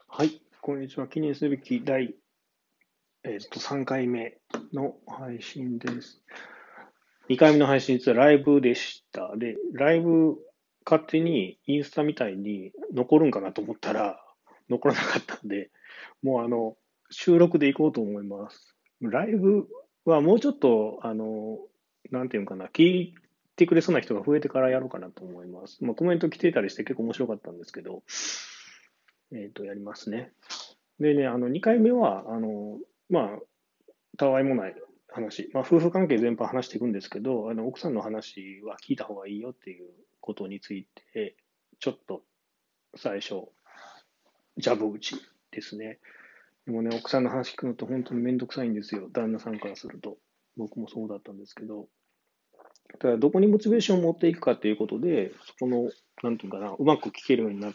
はい、こんにちは。記念すべき第、3回目の配信です。2回目の配信実はライブでした。で、ライブ勝手にインスタみたいに残るんかなと思ったら残らなかったんで、もう収録でいこうと思います。ライブはもうちょっと、なんていうのかな、聞いてくれそうな人が増えてからやろうかなと思います。もうコメント来てたりして結構面白かったんですけど、やりますね。でね、2回目は、まあ、たわいもない話、夫婦関係全般話していくんですけど、奥さんの話は聞いた方がいいよっていうことについて、ちょっと最初、ジャブ打ちですね。でもね、奥さんの話聞くのって本当にめんどくさいんですよ、旦那さんからすると。僕もそうだったんですけど、ただどこにモチベーションを持っていくかっていうことで、そこの、なんていうかな、うまく聞けるようになって、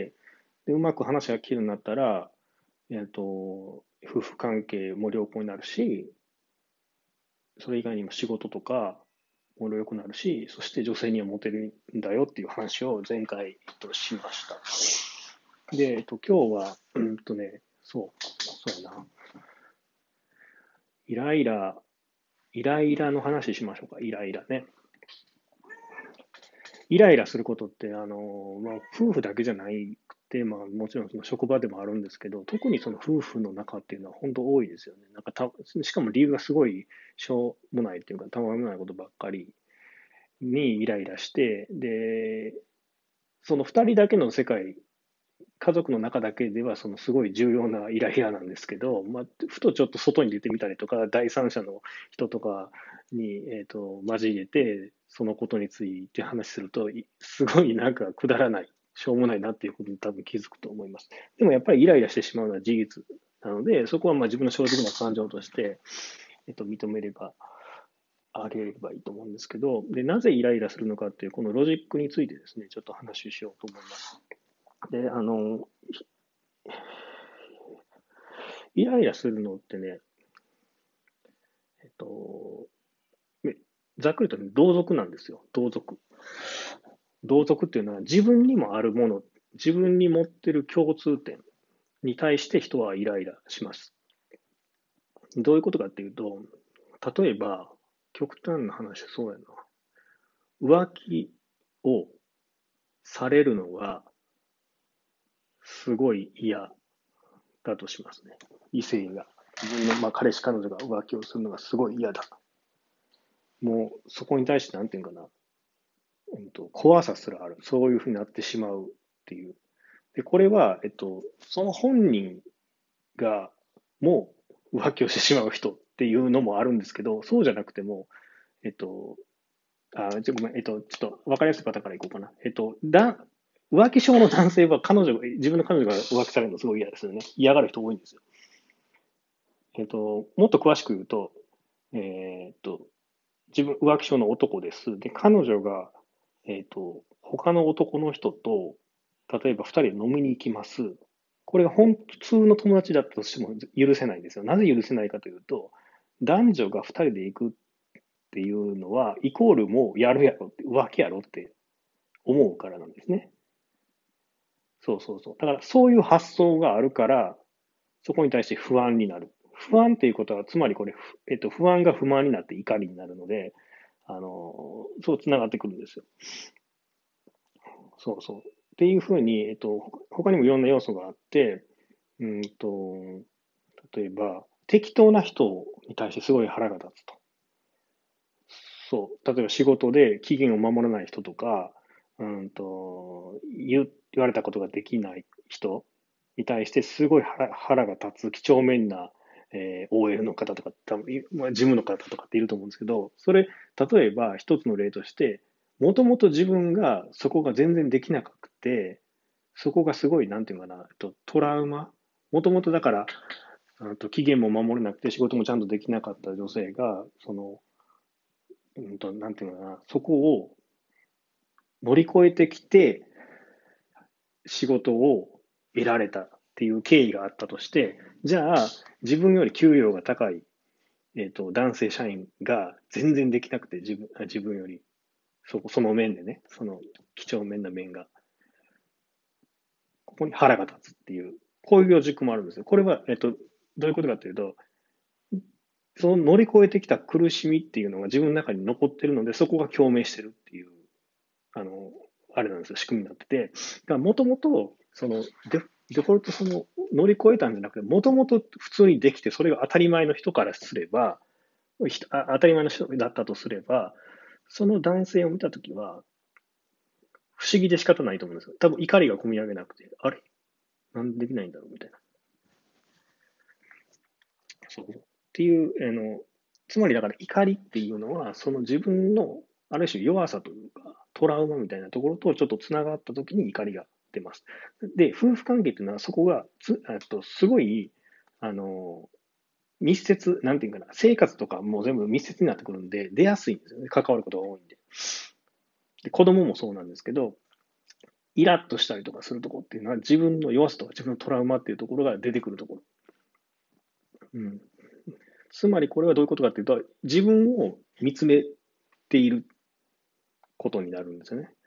でうまく話が聞けるようになったら、夫婦関係も良好になるし、それ以外にも仕事とかも良くなるし、そして女性にはモテるんだよっていう話を前回、しました。で、今日は、そうやな、イライラ、イライラの話しましょうか、イライラね。イライラすることって、夫婦だけじゃないくて、もちろんその職場でもあるんですけど、特にその夫婦の中っていうのは本当多いですよね。しかも理由がすごいしょうもないっていうか、たまらないことばっかりにイライラして、で、その二人だけの世界、家族の中だけではそのすごい重要なイライラなんですけど、ふとちょっと外に出てみたりとか、第三者の人とかに、交えて、そのことについて話すると、すごいなんかくだらない、しょうもないなっていうことに多分気づくと思います。でもやっぱりイライラしてしまうのは事実なので、そこは自分の正直な感情として、認めれば、あげればいいと思うんですけど、で、なぜイライラするのかっていう、このロジックについてですね、ちょっと話をしようと思います。で、イライラするのってね、えっと、ざっくりと、ね、同族なんですよ。同族。同族っていうのは自分にもあるもの、自分に持ってる共通点に対して人はイライラします。どういうことかっていうと、例えば、極端な話、そうやな。浮気をされるのがすごい嫌だとしますね。異性が。自分の、彼氏、彼女が浮気をするのがすごい嫌だ。もう、そこに対してなんていうかな、怖さすらある。そういうふうになってしまうっていう。で、これは、その本人が、もう浮気をしてしまう人っていうのもあるんですけど、そうじゃなくても、えっと、ごめん、ちょっと分かりやすい方からいこうかな。浮気症の男性は自分の彼女が浮気されるのすごい嫌ですよね。嫌がる人多いんですよ。もっと詳しく言うと、えっと、浮気症の男です。で、彼女が、他の男の人と、例えば二人で飲みに行きます。これが普通の友達だったとしても許せないんですよ。なぜ許せないかというと、男女が二人で行くっていうのは、イコールもうやるやろって、浮気やろって思うからなんですね。そうそうそう。だからそういう発想があるから、そこに対して不安になる。不安っていうことは、つまりこれ、不安が不満になって怒りになるので、そうつながってくるんですよ。そうそう。っていうふうに、他にもいろんな要素があって、うんと、例えば、適当な人に対してすごい腹が立つと。そう。例えば仕事で期限を守らない人とか、言われたことができない人に対してすごい腹が立つ几帳面な、OL の方とか、多分、事務の方とかっていると思うんですけど、例えば一つの例として、もともと自分がそこが全然できなくて、そこがすごい、なんていうかな、トラウマもともとだから、期限も守れなくて仕事もちゃんとできなかった女性が、なんていうのかな、そこを乗り越えてきて仕事を得られたっていう経緯があったとして、じゃあ自分より給料が高い、男性社員が全然できなくて自分よりその面でね、その几帳面な面が、ここに腹が立つっていう。 こういう軸もあるんですよ。これは、どういうことかというと、その乗り越えてきた苦しみっていうのが自分の中に残ってるので、そこが共鳴してるっていう、あの、あれなんですよ、仕組みになってて、もともと、デフォルト乗り越えたんじゃなくて、もともと普通にできて、それが当たり前の人からすれば、当たり前の人だったとすれば、その男性を見たときは、不思議で仕方ないと思うんですよ。多分怒りが込み上げなくて、あれなんでできないんだろうみたいな。そうっていう、つまりだから怒りっていうのは、その自分のある種弱さというか、トラウマみたいなところとちょっとつながったときに怒りが出ます。で、夫婦関係っていうのはそこがすごい、あの、密接、なんていうかな、生活とかも全部密接になってくるんで、出やすいんですよね。関わることが多いんで。で、子供もそうなんですけど、イラッとしたりとかするところっていうのは自分の弱さとか自分のトラウマっていうところが出てくるところ。うん。つまりこれはどういうことかっていうと、自分を見つめていることになるんですよね。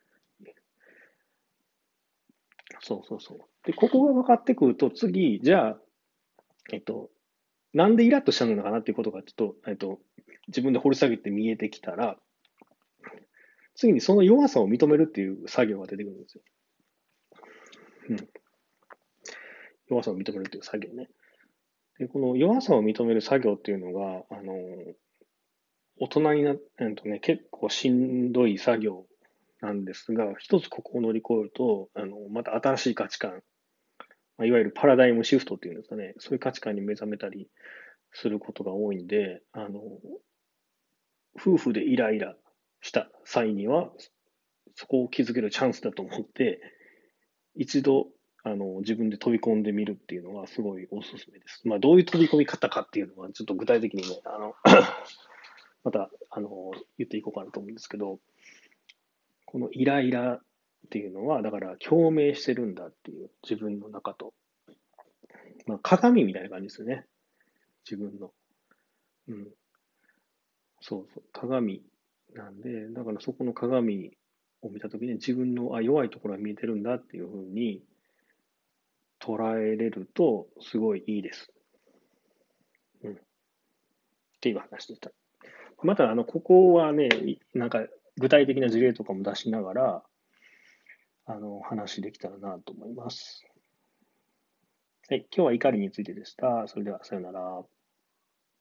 そうそうそう。で、ここが分かってくると、次、じゃあ、えっと、なんでイラッとしたのかなっていうことがちょっと、自分で掘り下げて見えてきたら、次にその弱さを認めるっていう作業が出てくるんですよ。うん。弱さを認めるっていう作業ね。で、この弱さを認める作業っていうのが、大人になるとね、結構しんどい作業なんですが、一つここを乗り越えると、また新しい価値観、いわゆるパラダイムシフトっていうんですかね、そういう価値観に目覚めたりすることが多いんで、夫婦でイライラした際には、そこを気づけるチャンスだと思って、一度、自分で飛び込んでみるっていうのはすごいおすすめです。まあ、どういう飛び込み方かっていうのは、ちょっと具体的にね、また、言っていこうかなと思うんですけど、このイライラっていうのは、だから共鳴してるんだっていう自分の中と、まあ、鏡みたいな感じですよね。自分の。うん。そうそう。鏡なんで、だからそこの鏡を見たときに自分の弱いところが見えてるんだっていうふうに捉えれるとすごいいいです。うん。っていう話でした。また、ここはね、なんか具体的な事例とかも出しながら、話できたらなと思います。はい、今日は怒りについてでした。それでは、さよなら。